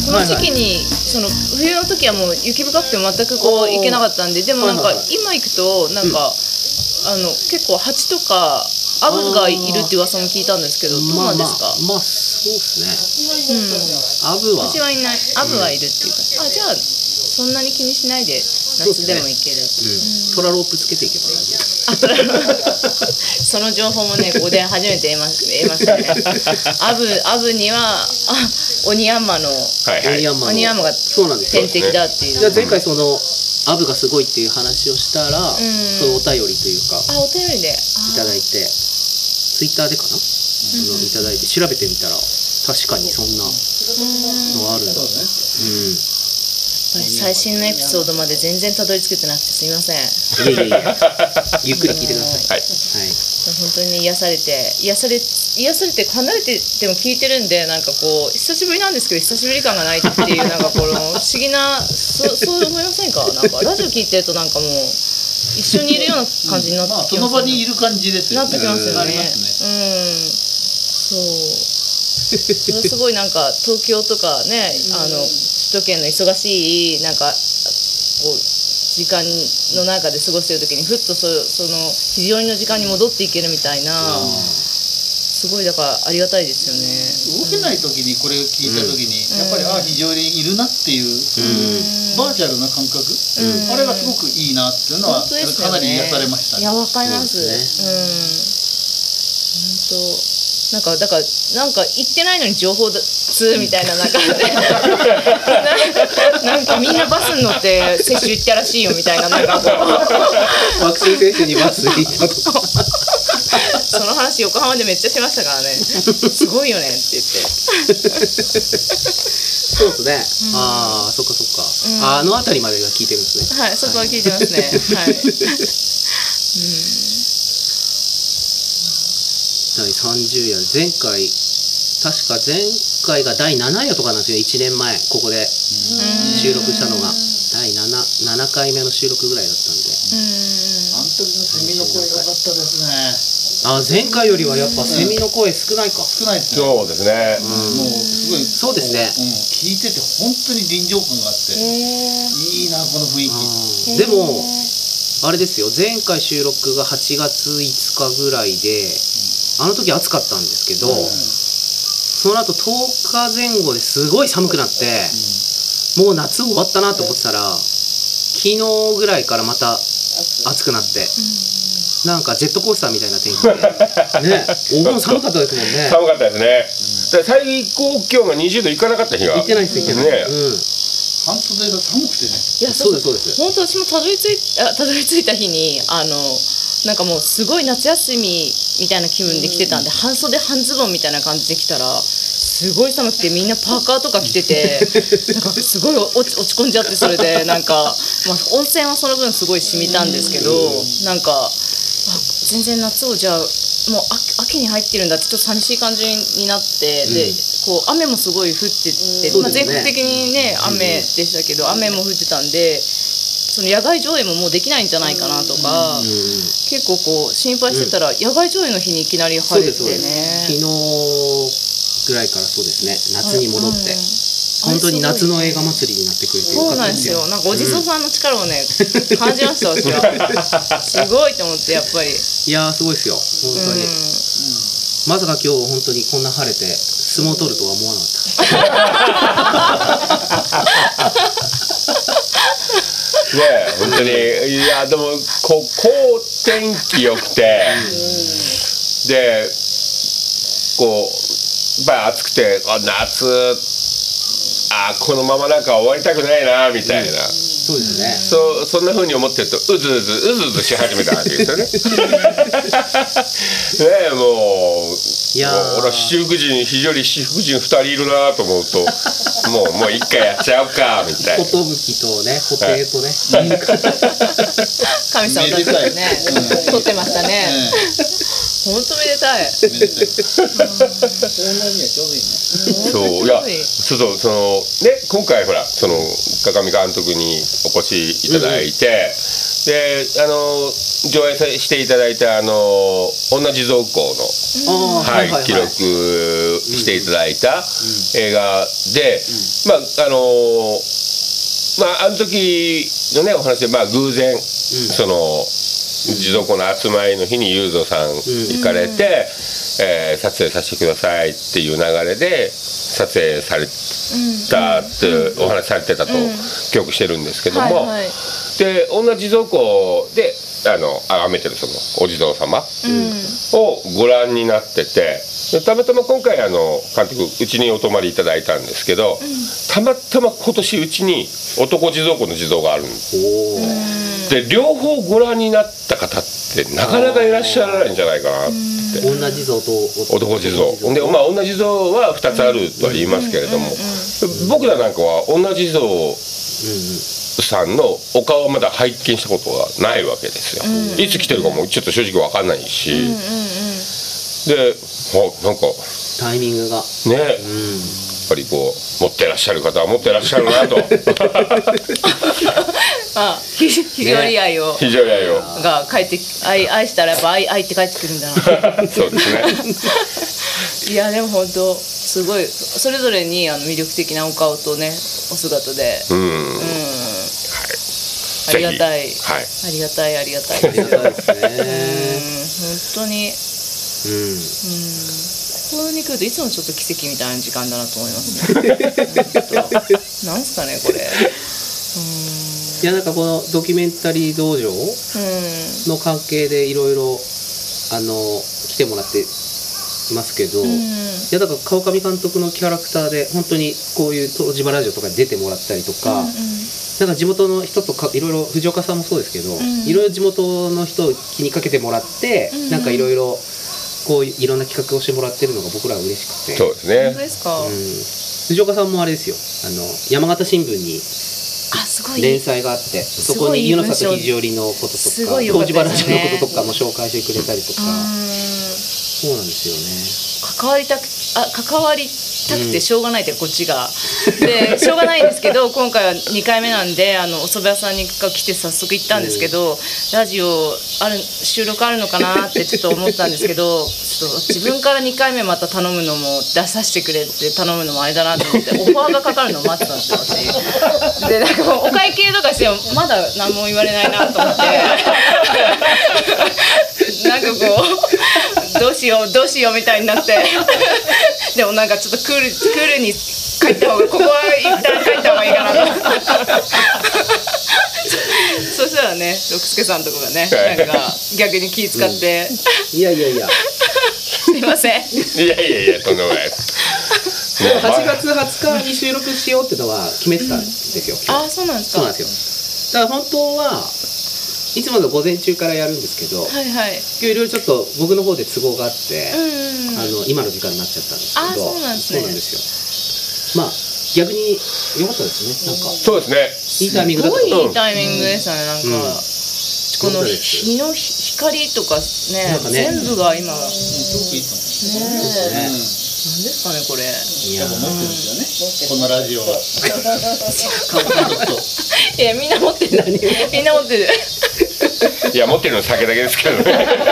この時期に冬の時はもう雪深くて全くこう行けなかったんで、でもなんか今行くとなんか結構蜂とかアブがいるって噂も聞いたんですけど、どうなんですか？ まあそうですね。アブは蜂はいない、アブはいるっていうか、じゃあそんなに気にしないで夏でも行ける。 トラロープつけていけば大丈夫。 その情報もね、ここで初めて得ましたね。アブにはオニヤンマのオニヤンマが天敵だっていう。 じゃあ前回アブがすごいっていう話をしたら、そのお便りというかお便りでいただいて、ツイッターでかな、いただいて調べてみたら確かにそんなのあるんだね。 最新のエピソードまで全然たどり着けてなくてすみません。 いえいえゆっくり聞いてください。 本当に癒されて離れてても聞いてるんで、なんかこう久しぶりなんですけど久しぶり感がないっていうなんかこの不思議なそう思いませんか？なんかラジオ聞いてるとなんかもう一緒にいるような感じになってきますね。 その場にいる感じですよね。 なってきますよね。そう。それすごいなんか東京とかね、首都圏の忙しいなんかこう時間の中で過ごしてる時にふっとその非常にの時間に戻っていけるみたいな、すごいだからありがたいですよね。 動けない時にこれを聞いた時に、やっぱり非常にいるなっていうそういうバーチャルな感覚、あれがすごくいいなっていうのはかなり癒されましたね。 いやわかります。本当。なんかだからなんか行ってないのに情報通みたいななんかなんかみんなバスに乗って接種行ったらしいよみたいな、なんかこうワクチン接種にバスで行ったとかその話横浜でめっちゃしましたからね。すごいよねって言って。 そうですね。そっかそっか。あの辺りまでが聞いてるんですね。 はい、そこは聞いてますね。はい。 第30夜、前回確か前回が第7夜とかなんですよ。1年前ここで収録したのが第7回目の収録ぐらいだったんで。 あの時のセミの声良かったですね。 前回よりはやっぱセミの声少ないか。 少ないですね。 そうですね。 もうすごい。 そうですね。 聞いてて本当に臨場感があっていいなこの雰囲気。 でもあれですよ、前回収録が8月5日ぐらいで、あの時暑かったんですけど、その後10日前後ですごい寒くなって、もう夏終わったなと思ってたら、昨日ぐらいからまた暑くなって、なんかジェットコースターみたいな天気でね、お盆寒かったですもんね。 寒かったですね。最高気温が20度いかなかった日が。 行ってないですよね。 半袖が寒くてね。 いや、そうですそうです。本当私もたどり着いた日になんかもうすごい夏休みみたいな気分で来てたんで、半袖半ズボンみたいな感じで来たらすごい寒くて、みんなパーカーとか着ててなんかすごい落ち込んじゃって、それでなんか、温泉はその分すごい染みたんですけど、なんか全然夏をじゃあもう秋に入ってるんだってちょっと寂しい感じになって、でこう雨もすごい降ってて、全国的にね雨でしたけど、雨も降ってたんで、その野外上映ももうできないんじゃないかなとか、結構こう心配してたら、野外上映の日にいきなり晴れてね、 昨日ぐらいからそうですね、夏に戻って本当に夏の映画祭りになってくれてよかったですよ。 そうなんですよ。なんかお地蔵さんの力をね感じました私は。すごいと思って、やっぱり。 いやすごいですよ本当に。まさか今日本当にこんな晴れて相撲取るとは思わなかった。 ねえ、本当に。いやでもこう天気良くて、でこうやっぱり暑くて、夏このままなんか終わりたくないなみたいな、 そうですね。 そんな風に思ってるとうずうずし始めたわけですよね。ねえ、もう俺は非常に七福神2人いるなと思うと、もう一回やっちゃうかみたいな。 寿とね、布袋とね、 神様たちね撮ってましたね。本当めでたい。 同じにはちょうどいいね。 そういや、そうね、今回ほらその鏡監督にお越しいただいて、 で上映していただいた女地蔵公の、はい記録していただいた映画で、あの時のねお話で偶然、その地蔵公の集まりの日に裕三さん行かれて、撮影させてくださいっていう流れで撮影されたってお話されてたと記憶してるんですけども、で女地蔵公で崇めてるそのお地蔵様をご覧になってて、たまたま今回監督うちにお泊まりいただいたんですけど、たまたま今年うちに男地蔵公の地蔵があるんですで、両方ご覧になった方ってなかなかいらっしゃらないんじゃないかなって。 女地蔵と男地蔵で、女地蔵は2つあるとは言いますけれども、僕らなんかは女地蔵さんのお顔はまだ拝見したことがないわけですよ。いつ来てるかもちょっと正直分かんないし、でなんかタイミングがね、やっぱりこう持ってらっしゃる方は持ってらっしゃるなと非常に愛をが帰って愛したらやっぱ愛って帰ってくるんだなそうですねいやでも本当すごいそれぞれに魅力的なお顔とねお姿でありがたい、ありがたいですね本当にここに来るといつもちょっと奇跡みたいな時間だなと思いますねなんすかねこれいやなんかこのドキュメンタリー道場の関係でいろいろ来てもらってますけど、いやだから川上監督のキャラクターで本当にこういう東芝ラジオとかに出てもらったりとか、なんか地元の人といろいろ藤岡さんもそうですけど、いろいろ地元の人を気にかけてもらって、なんかいろいろこういろんな企画をしてもらってるのが僕らは嬉しくて。 そうですね。 本当ですか。 藤岡さんもあれですよ、山形新聞に連載があって、そこに湯の里肘折のこととか東芝ラジオのこととかも紹介してくれたりとか、そうなんですよね。 関わりたくてしょうがないってこっちがでしょうがないんですけど、今回は2回目なんでお蕎麦屋さんに来て早速行ったんですけど、ラジオ収録あるのかなってちょっと思ったんですけど、ちょっと自分から2回目また頼むのも出させてくれって頼むのもあれだなと思ってオファーがかかるのを待ってたんですよ私で、なんかもうお会計とかしてもまだ何も言われないなと思ってなんかこうどうしようみたいになってでもなんかちょっとクールに帰った方が、ここは一旦帰った方がいいかなとそしたらね六輔さんとかがねなんか逆に気使って、 いやすいませんいやとんでもない。 8月20日に収録しようってのは決めてたんですよ。 あ、そうなんですか。 そうなんですよ。だから本当はいつもの午前中からやるんですけど、今日いろいろちょっと僕の方で都合があって、今の時間になっちゃったんですけど、 そうなんですね。 そうなんですよ。まあ逆に良かったですね。なんかそうですね。 いいタイミングだった。 すごいいいタイミングでしたね。なんかこの日の光とかね、全部が今何ですかねこれ。 いや持ってるんですよね。このラジオは。 いやみんな持ってる。みんな持ってる。 いや持ってるの酒だけですけどね。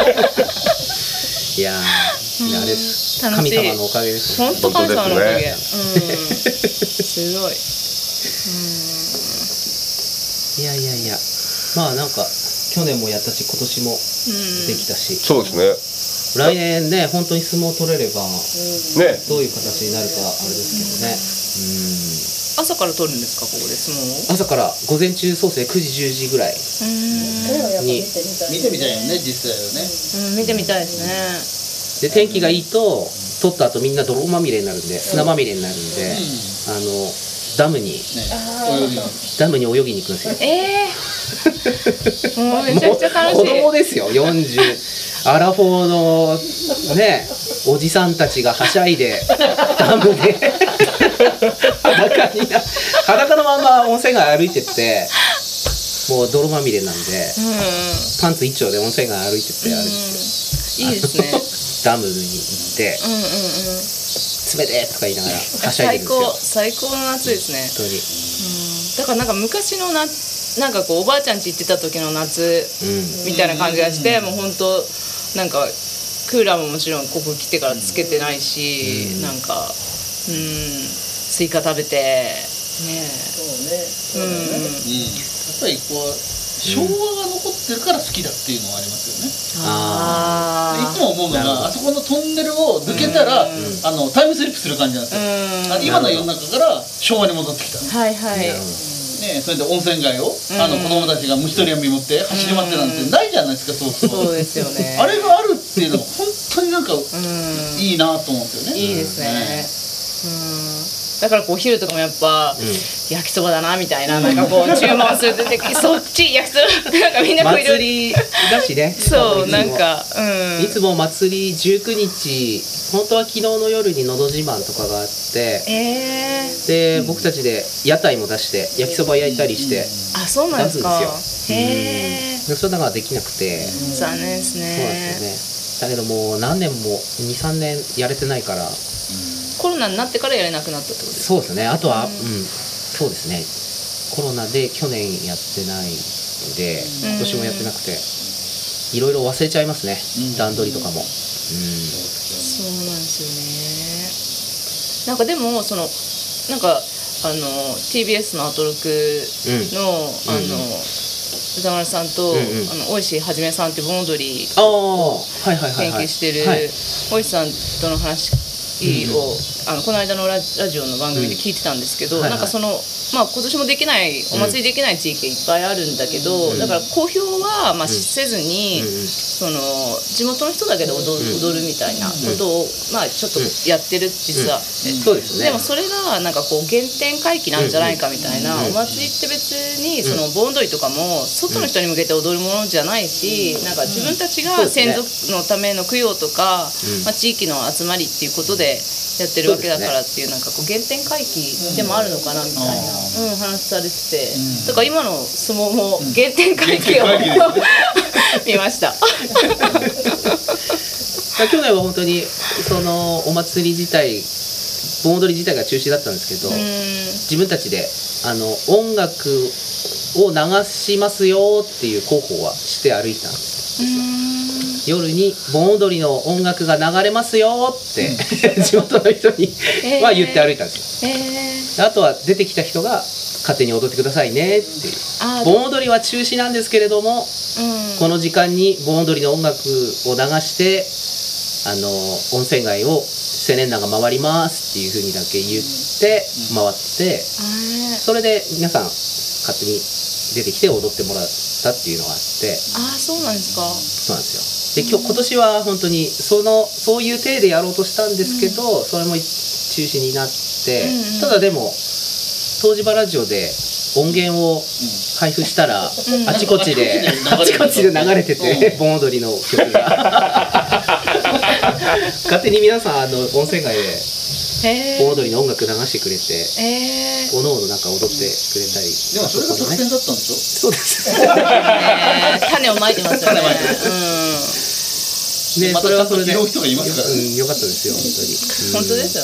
いやあれです。神様のおかげです。 本当神様のおかげ。すごい。 いやまあなんか去年もやったし今年もできたし。 そうですね。 来年ね本当に相撲取れれば、 ね、 どういう形になるかあれですけどね。 朝から取るんですかここで相撲？ 朝から午前中そうですね9時10時ぐらいに見てみたいよね実際はね。 見てみたいですね。で天気がいいと取った後みんな泥まみれになるんで砂まみれになるんで、ダムに泳ぎに行くんですよ。 もうめちゃくちゃ楽しい。 子供ですよ。アラフォーのねおじさんたちがはしゃいでダムで裸のまま温泉街歩いてってもう泥まみれなんで、パンツ一丁で温泉街歩いてってあれですよ。 いいですね。 ダムに行って冷てとか言いながらはしゃいでるんですよ。 最高の夏ですね。 本当に。 だからなんか昔のなんかこうおばあちゃん家行ってた時の夏みたいな感じがして、もう本当なんかクーラーももちろんここ来てからつけてないし、なんかスイカ食べてね。 そうね。やっぱりこう昭和が残ってるから好きだっていうのはありますよね。いつも思うのが、あそこのトンネルを抜けたらタイムスリップする感じなんですよ。今の世の中から昭和に戻ってきた。 はいはい。 ね、それで温泉街を子供たちが虫取り網持って走り回ってなんてないじゃないですか。 そうですよね。 あれがあるっていうのが本当になんかいいなと思うんですよね。 いいですね。だからこうお昼とかもやっぱ焼きそばだなみたいな、なんかこう注文するとそっち焼きそばなんかみんな祭りだしね。 そうなんかいつも祭り19日、本当は昨日の夜にのど自慢とかがあって、で僕たちで屋台も出して焼きそば焼いたりして出すんですよ。でそれだからできなくて残念ですね。 そうなんですよね。だけどもう何年も 2,3 年やれてないから。 コロナになってからやれなくなったってことですか？ そうですね。あとは、そうですね。コロナで去年やってないので、今年もやってなくて、いろいろ忘れちゃいますね。段取りとかも。 そうなんですよね。なんかでもそのなんかTBS のアトロクの歌丸さんと大石はじめさんって盆踊りを研究してる大石さんとの話をこの間のラジオの番組で聞いてたんですけど、なんかその今年もできないお祭りできない地域がいっぱいあるんだけど、だから公表はせずにその地元の人だけで踊るみたいなことをちょっとやってる実は。でもそれがなんかこう原点回帰なんじゃないかみたいな。お祭りって別にその盆踊りとかも外の人に向けて踊るものじゃないし、なんか自分たちが先祖のための供養とか地域の集まりっていうことでやってるわけだからっていう、なんかこう原点回帰でもあるのかなみたいな話されてて、だから今の相撲も原点回帰を見ました。 去年は本当にそのお祭り自体、盆踊り自体が中止だったんですけど、自分たちで音楽を流しますよっていう広報はして歩いたんですよ。夜に盆踊りの音楽が流れますよって地元の人には言って歩いたんですよ。あとは出てきた人が勝手に踊ってくださいねっていう。盆踊りは中止なんですけれども、この時間に盆踊りの音楽を流して温泉街を青年団が回りますっていう風にだけ言って回って、それで皆さん勝手に出てきて踊ってもらったっていうのがあって。 そうなんですか。 そうなんですよ。で今年は本当にそういう体でやろうとしたんですけど、それも中止になって、ただでも東芝ラジオで音源を配布したら、あちこちで流れてて、盆踊りの曲が勝手に皆さん温泉街で盆踊りの音楽流してくれて、おのおのなんか踊ってくれたり。 でもそれが特典だったんでしょ？ そうです。 種をまいてますよね。 ね、それはそれで拾う人がいますからね。 良かったですよ本当ですよ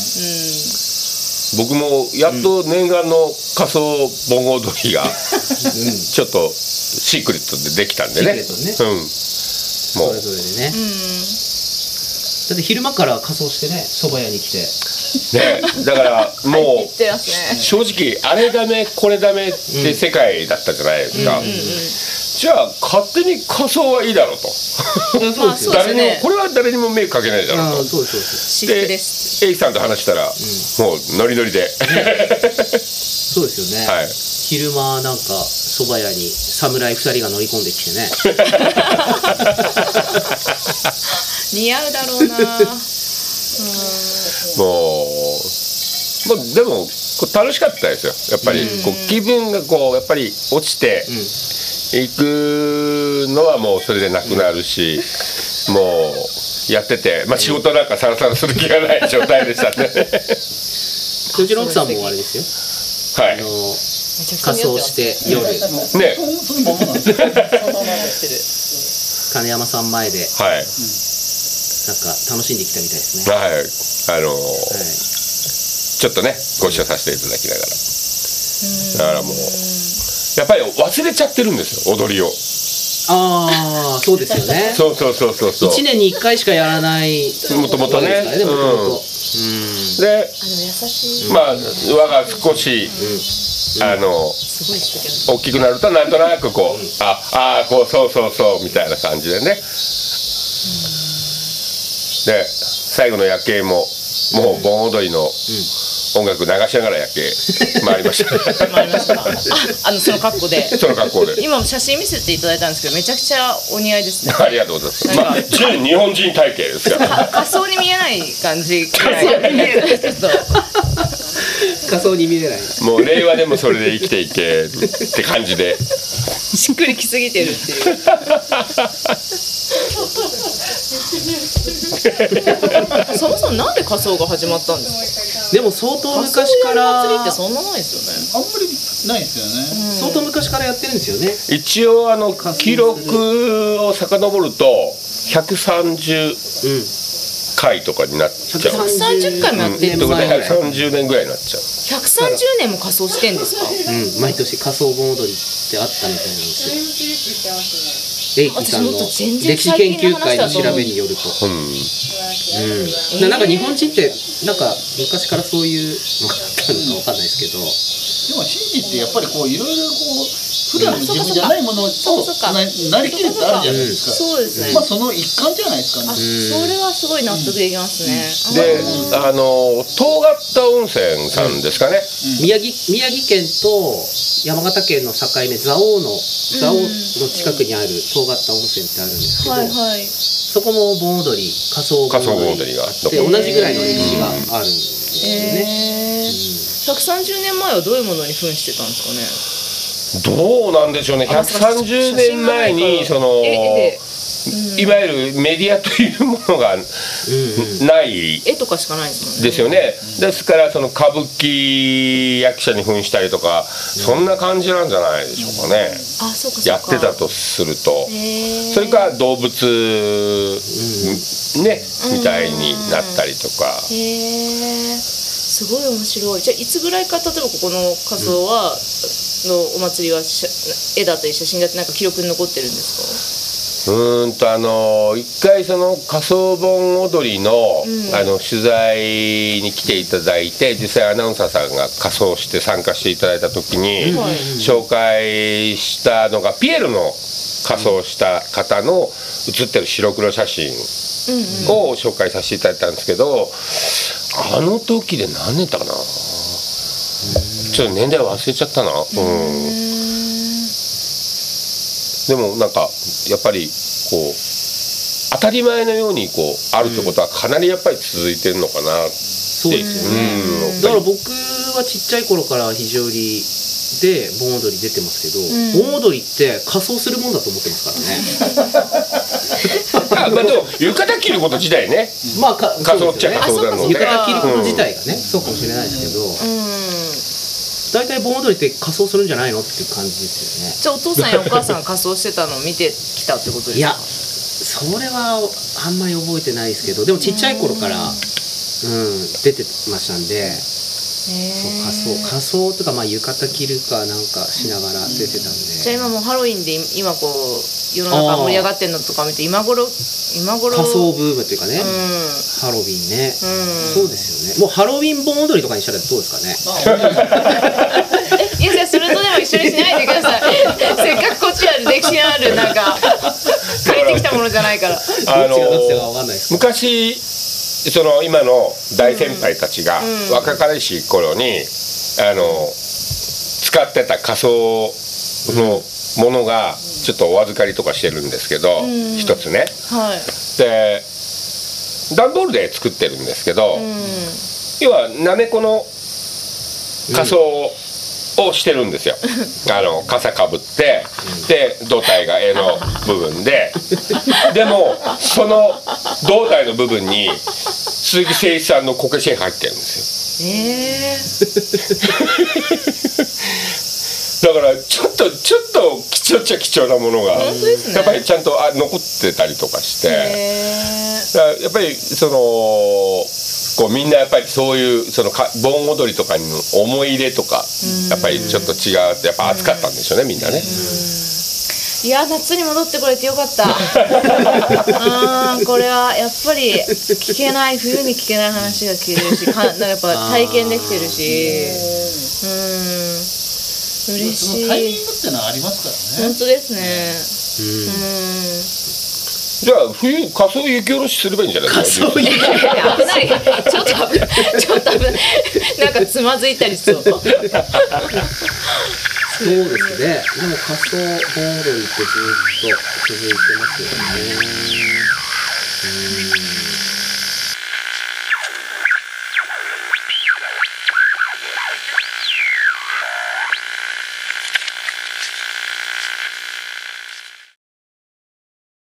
ね。 僕もやっと念願の仮想盆踊りがちょっとシークレットでできたんでね。 それぞれでね。だって昼間から仮装してね、蕎麦屋に来て。 だからもう正直あれダメこれダメって世界だったじゃないですか。じゃあ勝手に仮装はいいだろうと。誰にもこれは誰にも迷惑かけないだろうと。でエイさんと話したらもうノリノリで。 そうですよね。昼間なんか蕎麦屋に侍2人が乗り込んできてね。 似合うだろうな。 もうでも楽しかったですよ。やっぱりこう気分がこうやっぱり落ちていくのはもうそれでなくなるし、もうやってて、仕事なんかさらさらする気がない状態でしたね。 うちの奥さんもあれですよ。仮装して夜ね、金山さん前でなんか楽しんできたみたいですね。 ちょっとねご一緒させていただきながら、だからもうやっぱり忘れちゃってるんですよ、踊りを。 ああ、そうですよね。 そうそうそうそうそう。 1年に1回しかやらないもともとね。 もともと。 優で、 しい。 まあ輪が少しすごい素敵。 大きくなるとなんとなくこう、こうそうそうそうみたいな感じでね。で最後の夜景ももう盆踊りの音楽流しながら夜景回りました。 回りました。その格好で。 その格好で。 今も写真見せていただいたんですけど、めちゃくちゃお似合いですね。 ありがとうございます。まあ純日本人体型ですから。 仮装に見えない感じ。仮装に見えない。ちょっと。 仮想に見えない。 もう令和でもそれで生きていけるって感じで。 しっくりきすぎてるっていう。そもそもなんで仮装が始まったんですか。 でも相当昔から祭りってそんなないですよね。 あんまりないですよね。 相当昔からやってるんですよね。 一応記録を遡ると130回とかになっちゃう。 130回もやってるんですか。 130年ぐらいになっちゃう。 130年も仮装してんですか。 毎年仮装盆踊りってあったみたいなんですよ。エイキさんの歴史研究会の調べによると、なんか日本人ってなんか昔からそういうのがあったのかわかんないですけど、 でも神事ってやっぱりこういろいろこう普段の自分じゃないものをなりきるってあるじゃないですか。 そうですね。 まあその一環じゃないですかね。 それはすごい納得できますね。 で、東潟温泉さんですかね。 宮城県と山形県の境目、蔵王の近くにある東潟温泉ってあるんですけど、そこも盆踊り、仮装盆踊りがあって同じぐらいの歴史があるんですよね。 130年前はどういうものに扮してたんですかね。 どうなんでしょうね。130年前にいわゆるメディアというものがない絵とかしかないですもんね。 ですよね。ですから歌舞伎役者に扮したりとか、そんな感じなんじゃないでしょうかね。やってたとすると、それから動物ねみたいになったりとか。 すごい面白い。じゃあいつぐらいか、例えばここの仮装はのお祭りは絵だったり写真だってなんか記録に残ってるんですか。 一回その仮装盆踊りの、取材に来ていただいて、実際アナウンサーさんが仮装して参加していただいた時に、紹介したのがピエロの仮装した方の写ってる白黒写真を紹介させていただいたんですけど、あの時で何年だったかな、ちょっと年代忘れちゃったな。でもなんかやっぱりこう当たり前のようにこうあるってことはかなりやっぱり続いてるのかなって。 そうですよね。だから僕はちっちゃい頃から非常にで盆踊り出てますけど、盆踊りって仮装するもんだと思ってますからね。 まあでも浴衣着ること自体ね、 まあ仮装っちゃ仮装なので、 浴衣着ること自体がね、そうかもしれないですけど、大体盆踊りって仮装するんじゃないのっていう感じですよね。 じゃあお父さんやお母さんが仮装してたのを見てきたってことですか。 いや、それはあんまり覚えてないですけど、でもちっちゃい頃から出てましたんで、仮装とかまあ浴衣着るかなんかしながら出てたんで。 じゃあ今もうハロウィンで今こう世の中盛り上がってるのとか見て、今頃仮装ブームっていうかね、ハロウィンね、そうですよね。もうハロウィン盆踊りとかにしたらどうですかね。 いや、それとでも一緒にしないでください。せっかくこっちは歴史のあるなんか借りてきたものじゃないから。 昔その今の大先輩たちが若かりしい頃に使ってた仮装のものがちょっとお預かりとかしてるんですけど、一つね、で段ボールで作ってるんですけど、要はなめこの仮装をしてるんですよ。傘かぶってで胴体が絵の部分で、でもその胴体の部分に鈴木誠一さんのこけし絵入ってるんですよ。だからちょっと貴重っちゃ貴重なものがやっぱりちゃんと残ってたりとかして、やっぱりここうみんなやっぱりそういうその盆踊りとかにの思い入れとかやっぱりちょっと違うってやっぱ暑かったんでしょうねみんなね。 いや夏に戻ってこれてよかった。これはやっぱり聞けない冬に聞けない話が聞けるしなんかやっぱ体験できてるし嬉しい。 タイミングってのはありますからね。 本当ですね。 じゃあ冬仮装雪下ろしすればいいんじゃないですか。 危ない。ちょっと危ない。なんかつまずいたりしそう。 そうですね。でも仮装盆踊りってずっと続いてますよね。